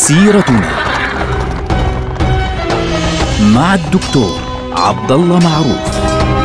سيرتنا مع الدكتور عبد الله معروف.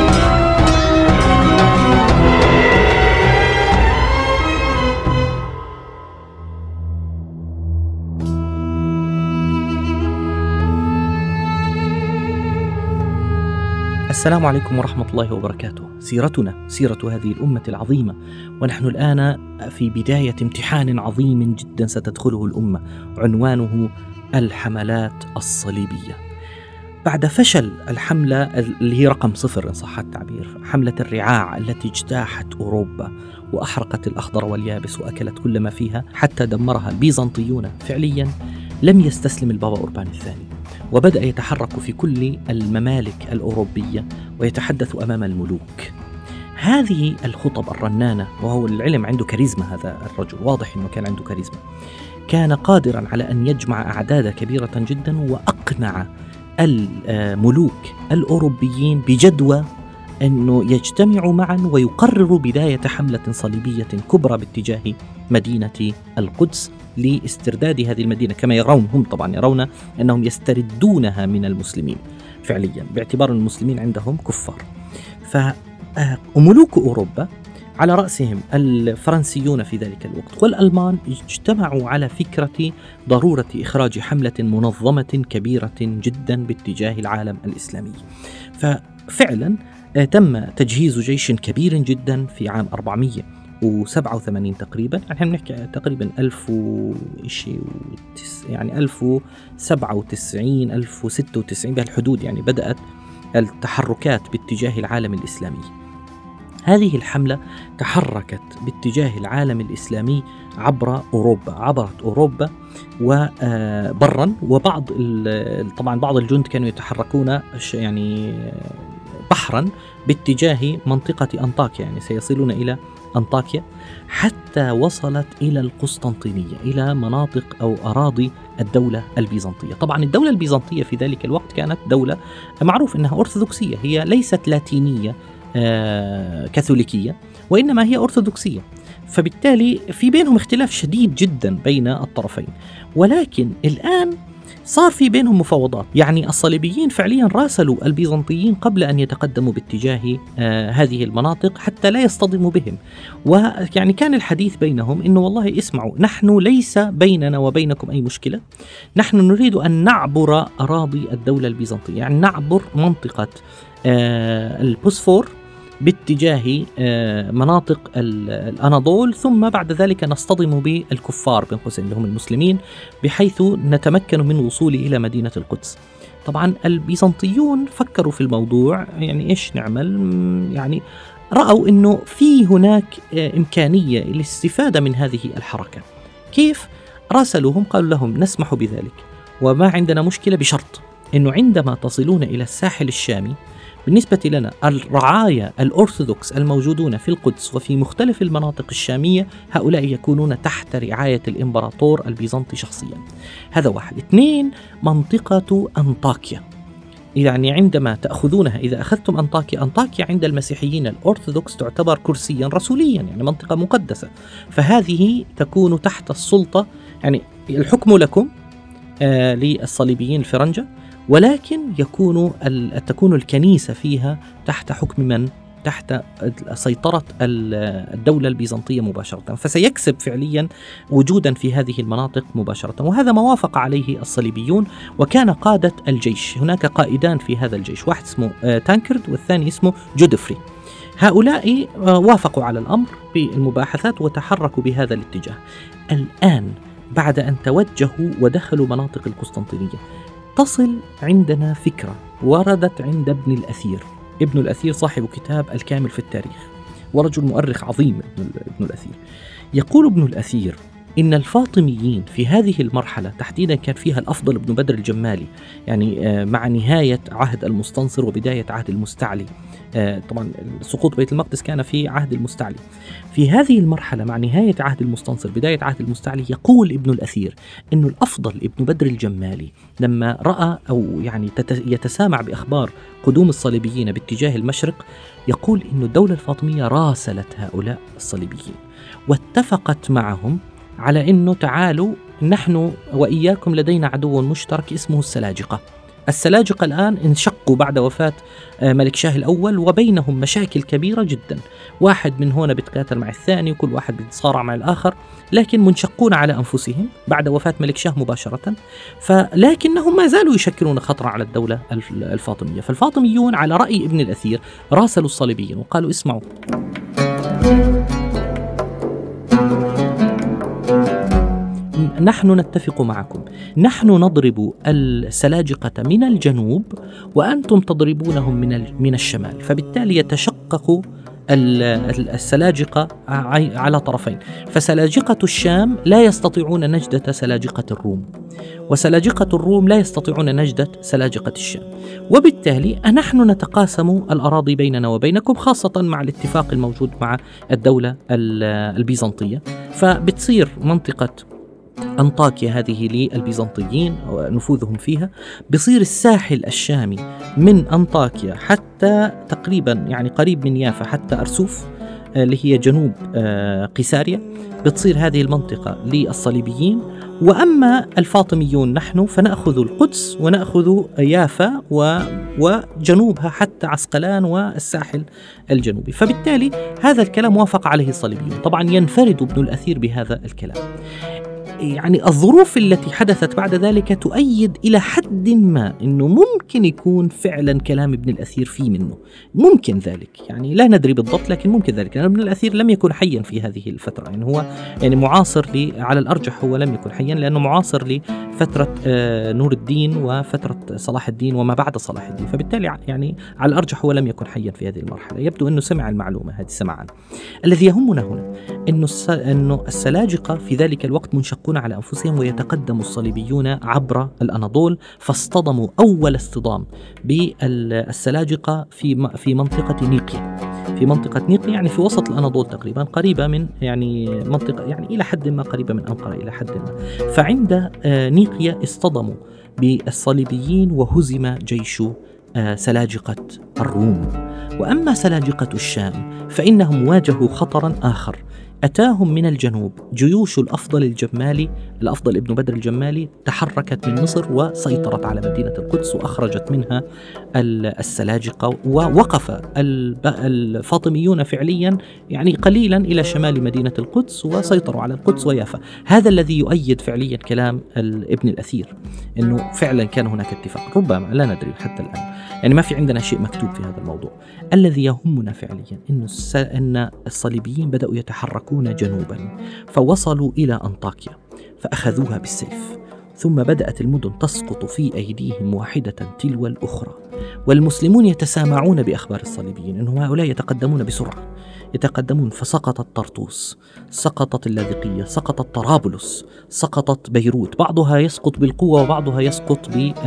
السلام عليكم ورحمة الله وبركاته. سيرتنا سيرة هذه الأمة العظيمة، ونحن الآن في بداية امتحان عظيم جدا ستدخله الأمة، عنوانه الحملات الصليبية. بعد فشل الحملة اللي هي رقم 0 إن صح التعبير، حملة الرعاع التي اجتاحت أوروبا وأحرقت الأخضر واليابس وأكلت كل ما فيها حتى دمرها البيزنطيون، فعليا لم يستسلم البابا أوربان الثاني، وبدأ يتحرك في كل الممالك الأوروبية ويتحدث أمام الملوك. هذه الخطب الرنانة، وهو العلم عنده كاريزما، هذا الرجل واضح أنه كان عنده كاريزما، كان قادرا على أن يجمع أعداد كبيرة جدا وأقنع الملوك الأوروبيين بجدوى أنه يجتمعوا معا ويقرروا بداية حملة صليبية كبرى باتجاه مدينة القدس لاسترداد هذه المدينة، كما يرون هم طبعا يرون أنهم يستردونها من المسلمين فعليا، باعتبار المسلمين عندهم كفار. فملوك أوروبا على رأسهم الفرنسيون في ذلك الوقت والألمان اجتمعوا على فكرة ضرورة إخراج حملة منظمة كبيرة جدا باتجاه العالم الإسلامي. ففعلا تم تجهيز جيش كبير جدا في عام 487 تقريبا، نحن بنحكي تقريبا 1097 1096 بهالحدود، يعني بدأت التحركات باتجاه العالم الإسلامي. هذه الحملة تحركت باتجاه العالم الإسلامي عبر أوروبا، عبرت أوروبا وبرا، وبعض طبعا بعض الجند كانوا يتحركون يعني بحرا باتجاه منطقة أنطاكيا، يعني سيصلون إلى أنطاكيا حتى وصلت إلى القسطنطينية، إلى مناطق أو أراضي الدولة البيزنطية. طبعا الدولة البيزنطية في ذلك الوقت كانت دولة معروف أنها أرثوذكسية، هي ليست لاتينية كاثوليكية، وإنما هي أرثوذكسية، فبالتالي في بينهم اختلاف شديد جدا بين الطرفين. ولكن الآن صار في بينهم مفاوضات، يعني الصليبيين فعليا راسلوا البيزنطيين قبل أن يتقدموا باتجاه هذه المناطق حتى لا يصطدموا بهم، ويعني كان الحديث بينهم إنه والله اسمعوا، نحن ليس بيننا وبينكم أي مشكلة، نحن نريد أن نعبر أراضي الدولة البيزنطية، يعني نعبر منطقة البوسفور باتجاه مناطق الأناضول، ثم بعد ذلك نصطدم بالكفار بين قوسين اللي هم المسلمين، بحيث نتمكن من الوصول إلى مدينة القدس. طبعا البيزنطيون فكروا في الموضوع، يعني إيش نعمل، يعني رأوا أنه في هناك إمكانية للاستفادة من هذه الحركة. كيف؟ راسلوهم قالوا لهم نسمح بذلك وما عندنا مشكلة، بشرط أنه عندما تصلون إلى الساحل الشامي، بالنسبة لنا الرعايا الأرثوذكس الموجودون في القدس وفي مختلف المناطق الشامية هؤلاء يكونون تحت رعاية الإمبراطور البيزنطي شخصيا. هذا واحد. 2، منطقة أنطاكيا، يعني عندما تأخذونها، إذا أخذتم أنطاكيا عند المسيحيين الأرثوذكس تعتبر كرسيا رسوليا، يعني منطقة مقدسة، فهذه تكون تحت السلطة، يعني الحكم لكم للصليبيين الفرنجة، ولكن تكون الكنيسة فيها تحت حكم من؟ تحت سيطرة الدولة البيزنطية مباشرة، فسيكسب فعليا وجودا في هذه المناطق مباشرة. وهذا ما وافق عليه الصليبيون، وكان قادة الجيش، هناك قائدان في هذا الجيش، واحد اسمه تانكرد والثاني اسمه جودفري، هؤلاء وافقوا على الأمر بالمباحثات وتحركوا بهذا الاتجاه. الآن بعد أن توجهوا ودخلوا مناطق القسطنطينية، تصل عندنا فكرة وردت عند ابن الأثير صاحب كتاب الكامل في التاريخ، ورجل مؤرخ عظيم ابن الأثير. يقول ابن الأثير إن الفاطميين في هذه المرحلة تحديدا كان فيها الأفضل ابن بدر الجمالي، يعني مع نهاية عهد المستنصر وبداية عهد المستعلي، طبعا سقوط بيت المقدس كان في عهد المستعلي. في هذه المرحلة مع نهاية عهد المستنصر بداية عهد المستعلي، يقول ابن الأثير إنه الأفضل ابن بدر الجمالي لما رأى أو يعني يتسامع بأخبار قدوم الصليبيين باتجاه المشرق، يقول إنه الدولة الفاطمية راسلت هؤلاء الصليبيين واتفقت معهم على إنه تعالوا نحن وإياكم لدينا عدو مشترك اسمه السلاجقة. السلاجقة الآن انشقوا بعد وفاة ملك شاه الأول، وبينهم مشاكل كبيرة جدا، واحد من هنا بيتقاتل مع الثاني وكل واحد بيتصارع مع الآخر، لكن منشقون على أنفسهم بعد وفاة ملك شاه مباشرة، لكنهم ما زالوا يشكلون خطرا على الدولة الفاطمية. فالفاطميون على رأي ابن الأثير راسلوا الصليبيين وقالوا اسمعوا، نحن نتفق معكم، نحن نضرب السلاجقة من الجنوب وأنتم تضربونهم من الشمال، فبالتالي يتشقق السلاجقة على طرفين، فسلاجقة الشام لا يستطيعون نجدة سلاجقة الروم، وسلاجقة الروم لا يستطيعون نجدة سلاجقة الشام، وبالتالي نحن نتقاسم الأراضي بيننا وبينكم، خاصة مع الاتفاق الموجود مع الدولة البيزنطية. فبتصير منطقة أنطاكيا هذه للبيزنطيين ونفوذهم فيها، بصير الساحل الشامي من أنطاكيا حتى تقريبا يعني قريب من يافا حتى أرسوف اللي هي جنوب قيساريا، بتصير هذه المنطقة للصليبيين. وأما الفاطميون نحن فنأخذ القدس ونأخذ يافا وجنوبها حتى عسقلان والساحل الجنوبي. فبالتالي هذا الكلام وافق عليه الصليبيون. طبعا ينفرد ابن الأثير بهذا الكلام. يعني الظروف التي حدثت بعد ذلك تؤيد إلى حد ما أنه ممكن يكون فعلا كلام ابن الأثير فيه منه، ممكن ذلك، يعني لا ندري بالضبط لكن ممكن ذلك، لأن ابن الأثير لم يكن حيا في هذه الفترة، يعني هو يعني معاصر على الأرجح هو لم يكن حيا، لأنه معاصر لفترة نور الدين وفترة صلاح الدين وما بعد صلاح الدين، فبالتالي يعني على الأرجح هو لم يكن حيا في هذه المرحلة. يبدو أنه سمع المعلومة هذه سمعا. الذي يهمنا هنا أنه السلاجقة في ذلك الوقت منشقون على أنفسهم، ويتقدم الصليبيون عبر الأناضول، فاصطدموا أول اصطدام بالسلاجقة في منطقة نيقيا، في منطقة نيقيا يعني في وسط الأناضول تقريبا، قريبة من يعني منطقة يعني إلى حد ما قريبة من أنقرة إلى حد ما. فعند نيقيا اصطدموا بالصليبيين وهزم جيش سلاجقة الروم. وأما سلاجقة الشام فإنهم واجهوا خطرا آخر، أتاهم من الجنوب جيوش الأفضل ابن بدر الجمالي، تحركت من مصر وسيطرت على مدينة القدس وأخرجت منها السلاجقة، ووقف الفاطميون فعليا يعني قليلا إلى شمال مدينة القدس وسيطروا على القدس ويافا. هذا الذي يؤيد فعليا كلام ابن الأثير أنه فعلا كان هناك اتفاق، ربما لا ندري حتى الآن، يعني ما في عندنا شيء مكتوب في هذا الموضوع. الذي يهمنا فعليا أن الصليبيين بدأوا يتحركون جنوبا، فوصلوا إلى أنطاكيا فأخذوها بالسيف، ثم بدأت المدن تسقط في أيديهم واحدة تلو الأخرى، والمسلمون يتسامعون بأخبار الصليبيين أنهم هؤلاء يتقدمون بسرعة، يتقدمون. فسقطت طرطوس، سقطت اللاذقية، سقطت طرابلس، سقطت بيروت، بعضها يسقط بالقوة وبعضها يسقط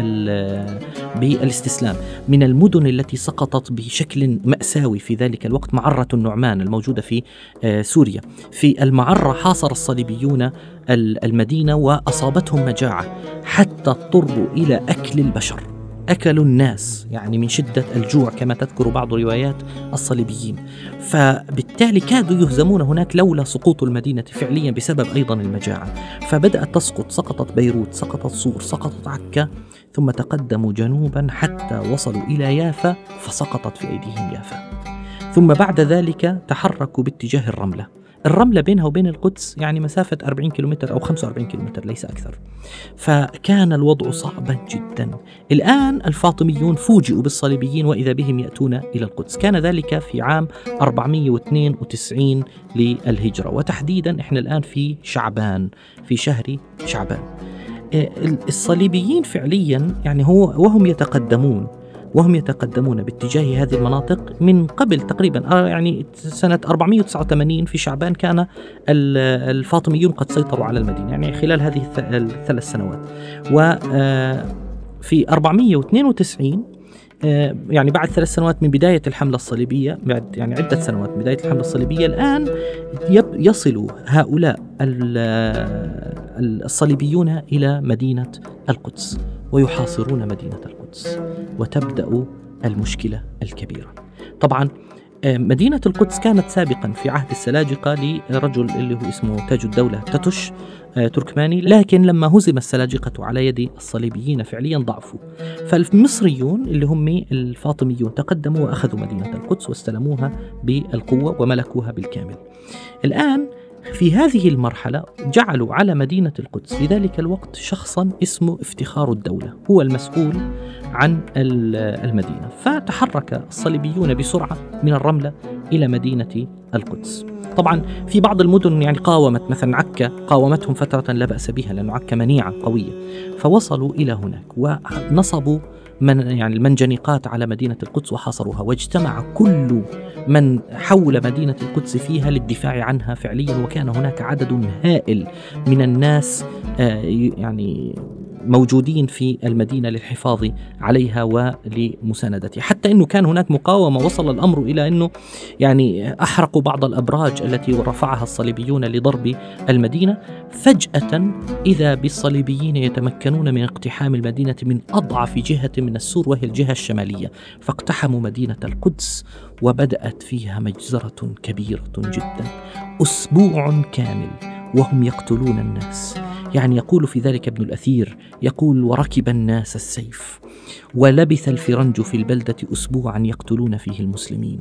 بالاستسلام. من المدن التي سقطت بشكل مأساوي في ذلك الوقت معرة النعمان الموجودة في سوريا. في المعرة حاصر الصليبيون المدينة وأصابتهم مجاعة حتى اضطروا إلى أكل البشر، أكلوا الناس يعني من شدة الجوع كما تذكر بعض روايات الصليبيين. فبالتالي كادوا يهزمون هناك لولا سقوط المدينة فعليا بسبب أيضا المجاعة. فبدأت تسقط، سقطت بيروت، سقطت صور، سقطت عكا، ثم تقدموا جنوبا حتى وصلوا إلى يافا فسقطت في أيديهم يافا. ثم بعد ذلك تحركوا باتجاه الرملة بينها وبين القدس يعني مسافة 40 كيلومتر أو 45 كيلومتر ليس أكثر. فكان الوضع صعبا جدا. الآن الفاطميون فوجئوا بالصليبيين وإذا بهم يأتون إلى القدس. كان ذلك في عام 492 للهجرة، وتحديدا إحنا الآن في شعبان، في شهر شعبان. الصليبيين فعليا يعني وهم يتقدمون باتجاه هذه المناطق من قبل تقريبا يعني سنة 489 في شعبان كان الفاطميون قد سيطروا على المدينة، يعني خلال هذه الثلاث سنوات. وفي 492 يعني بعد 3 سنوات من بداية الحملة الصليبية، بعد يعني عدة سنوات من بداية الحملة الصليبية، الآن يصل هؤلاء الصليبيون إلى مدينة القدس ويحاصرون مدينة القدس، وتبدأ المشكلة الكبيرة. طبعا مدينة القدس كانت سابقا في عهد السلاجقة لرجل اللي هو اسمه تاج الدولة تتش تركماني، لكن لما هزم السلاجقة على يد الصليبيين فعليا ضعفوا، فالمصريون اللي هم الفاطميون تقدموا وأخذوا مدينة القدس واستلموها بالقوة وملكوها بالكامل. الآن في هذه المرحلة جعلوا على مدينة القدس في ذلك الوقت شخصا اسمه افتخار الدولة، هو المسؤول عن المدينة. فتحرك الصليبيون بسرعة من الرملة إلى مدينة القدس. طبعا في بعض المدن يعني قاومت، مثلا عكا قاومتهم فترة لا بأس بها لأن عكا منيعة قوية، فوصلوا إلى هناك ونصبوا يعني المنجنيقات على مدينة القدس وحاصروها، واجتمع كل من حول مدينة القدس فيها للدفاع عنها فعليا، وكان هناك عدد هائل من الناس يعني موجودين في المدينة للحفاظ عليها ولمساندتها، حتى أنه كان هناك مقاومة. وصل الأمر إلى أنه يعني أحرقوا بعض الأبراج التي رفعها الصليبيون لضرب المدينة. فجأة إذا بالصليبيين يتمكنون من اقتحام المدينة من أضعف جهة من السور وهي الجهة الشمالية، فاقتحموا مدينة القدس وبدأت فيها مجزرة كبيرة جدا، أسبوع كامل وهم يقتلون الناس. يعني يقول في ذلك ابن الأثير، يقول: وركب الناس السيف ولبث الفرنج في البلدة أسبوعا يقتلون فيه المسلمين.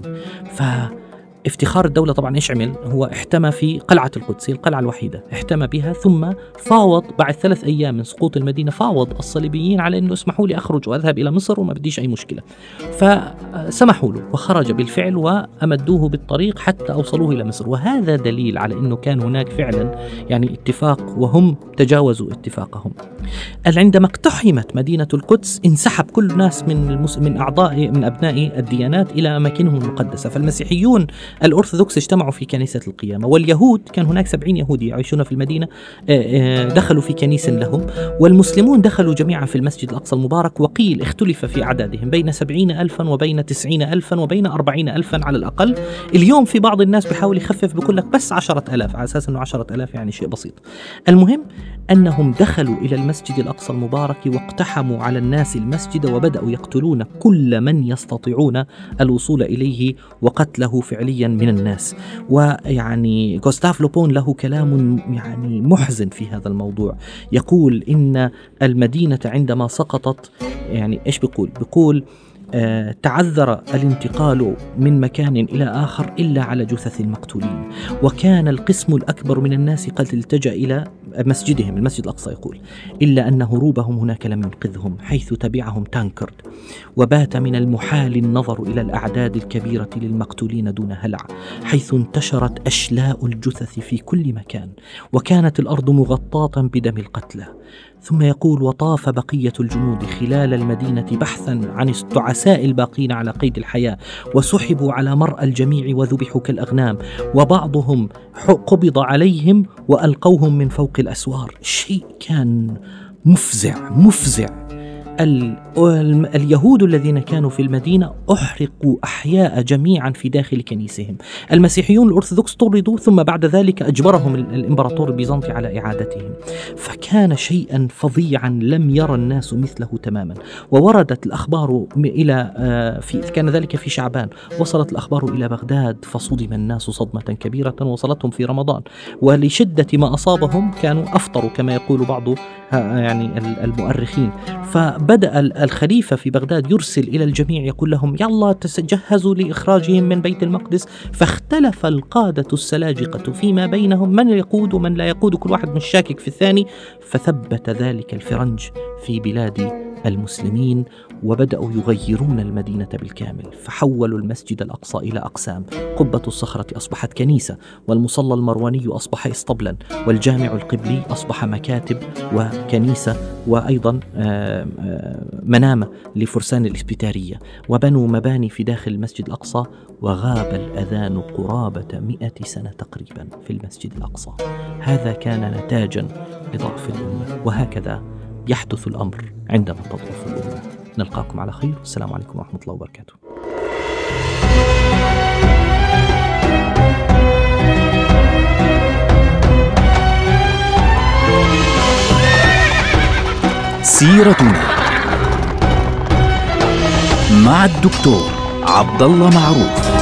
افتخار الدولة طبعا إيش عمل؟ هو احتمى في قلعة القدس، القلعة الوحيدة احتمى بها، ثم فاوض بعد 3 أيام من سقوط المدينة، فاوض الصليبيين على أنه اسمحوا لي أخرج وأذهب إلى مصر وما بديش أي مشكلة، فسمحوا له وخرج بالفعل وأمدوه بالطريق حتى أوصلوه إلى مصر. وهذا دليل على أنه كان هناك فعلا يعني اتفاق، وهم تجاوزوا اتفاقهم. عندما اقتحمت مدينة القدس انسحب كل الناس من أبناء الديانات إلى أماكنهم المقدسة، فالمسيحيون الأرثوذكس اجتمعوا في كنيسة القيامة، واليهود كان هناك 70 يهودي يعيشون في المدينة دخلوا في كنيسة لهم، والمسلمون دخلوا جميعا في المسجد الأقصى المبارك، وقيل اختلف في أعدادهم بين 70,000 وبين 90,000 وبين 40,000 على الأقل. اليوم في بعض الناس بيحاول يخفف بيقول لك بس 10,000 على أساس أنه 10,000 يعني شيء بسيط. المهم أنهم دخلوا إلى المسجد الأقصى المبارك واقتحموا على الناس المسجد وبدأوا يقتلون كل من يستطيعون الوصول إليه وقتله فعليا من الناس. ويعني غوستاف لوبون له كلام يعني محزن في هذا الموضوع، يقول إن المدينة عندما سقطت يعني إيش بيقول تعذر الانتقال من مكان إلى آخر إلا على جثث المقتولين، وكان القسم الأكبر من الناس قد التجأ إلى مسجدهم المسجد الأقصى، يقول إلا أن هروبهم هناك لم ينقذهم، حيث تبعهم تانكرد، وبات من المحال النظر إلى الأعداد الكبيرة للمقتولين دون هلع، حيث انتشرت أشلاء الجثث في كل مكان، وكانت الأرض مغطاة بدم القتلى. ثم يقول: وطاف بقية الجنود خلال المدينة بحثا عن التعساء الباقين على قيد الحياة، وسحبوا على مرأى الجميع وذبحوا كالأغنام، وبعضهم قبض عليهم وألقوهم من فوق الأسوار. شيء كان مفزع. اليهود الذين كانوا في المدينة أحرقوا أحياء جميعا في داخل كنيسهم. المسيحيون الأرثوذكس طردوا، ثم بعد ذلك أجبرهم الإمبراطور البيزنطي على إعادتهم. فكان شيئا فظيعا لم يرى الناس مثله تماما. ووردت الأخبار كان ذلك في شعبان، وصلت الأخبار إلى بغداد فصدم الناس صدمة كبيرة وصلتهم في رمضان، ولشدة ما أصابهم كانوا أفطروا كما يقول بعض يعني المؤرخين. فبدأ الخليفة في بغداد يرسل إلى الجميع يقول لهم: يلا تجهزوا لإخراجهم من بيت المقدس. فاختلف القادة السلاجقة فيما بينهم من يقود ومن لا يقود، كل واحد مش شاكك في الثاني. فثبت ذلك الفرنج في بلاد المسلمين، وبدأوا يغيرون المدينة بالكامل، فحولوا المسجد الأقصى إلى أقسام. قبة الصخرة أصبحت كنيسة، والمصلى المرواني أصبح اسطبلا، والجامع القبلي أصبح مكاتب وكنيسة، وأيضا منامة لفرسان الإسبيتارية، وبنوا مباني في داخل المسجد الأقصى. وغاب الأذان قرابة 100 سنة تقريبا في المسجد الأقصى. هذا كان نتاجا لضعف الأمة، وهكذا يحدث الأمر عندما تضعف الأمة. نلقاكم على خير، والسلام عليكم ورحمة الله وبركاته. سيرتنا مع الدكتور عبد الله معروف.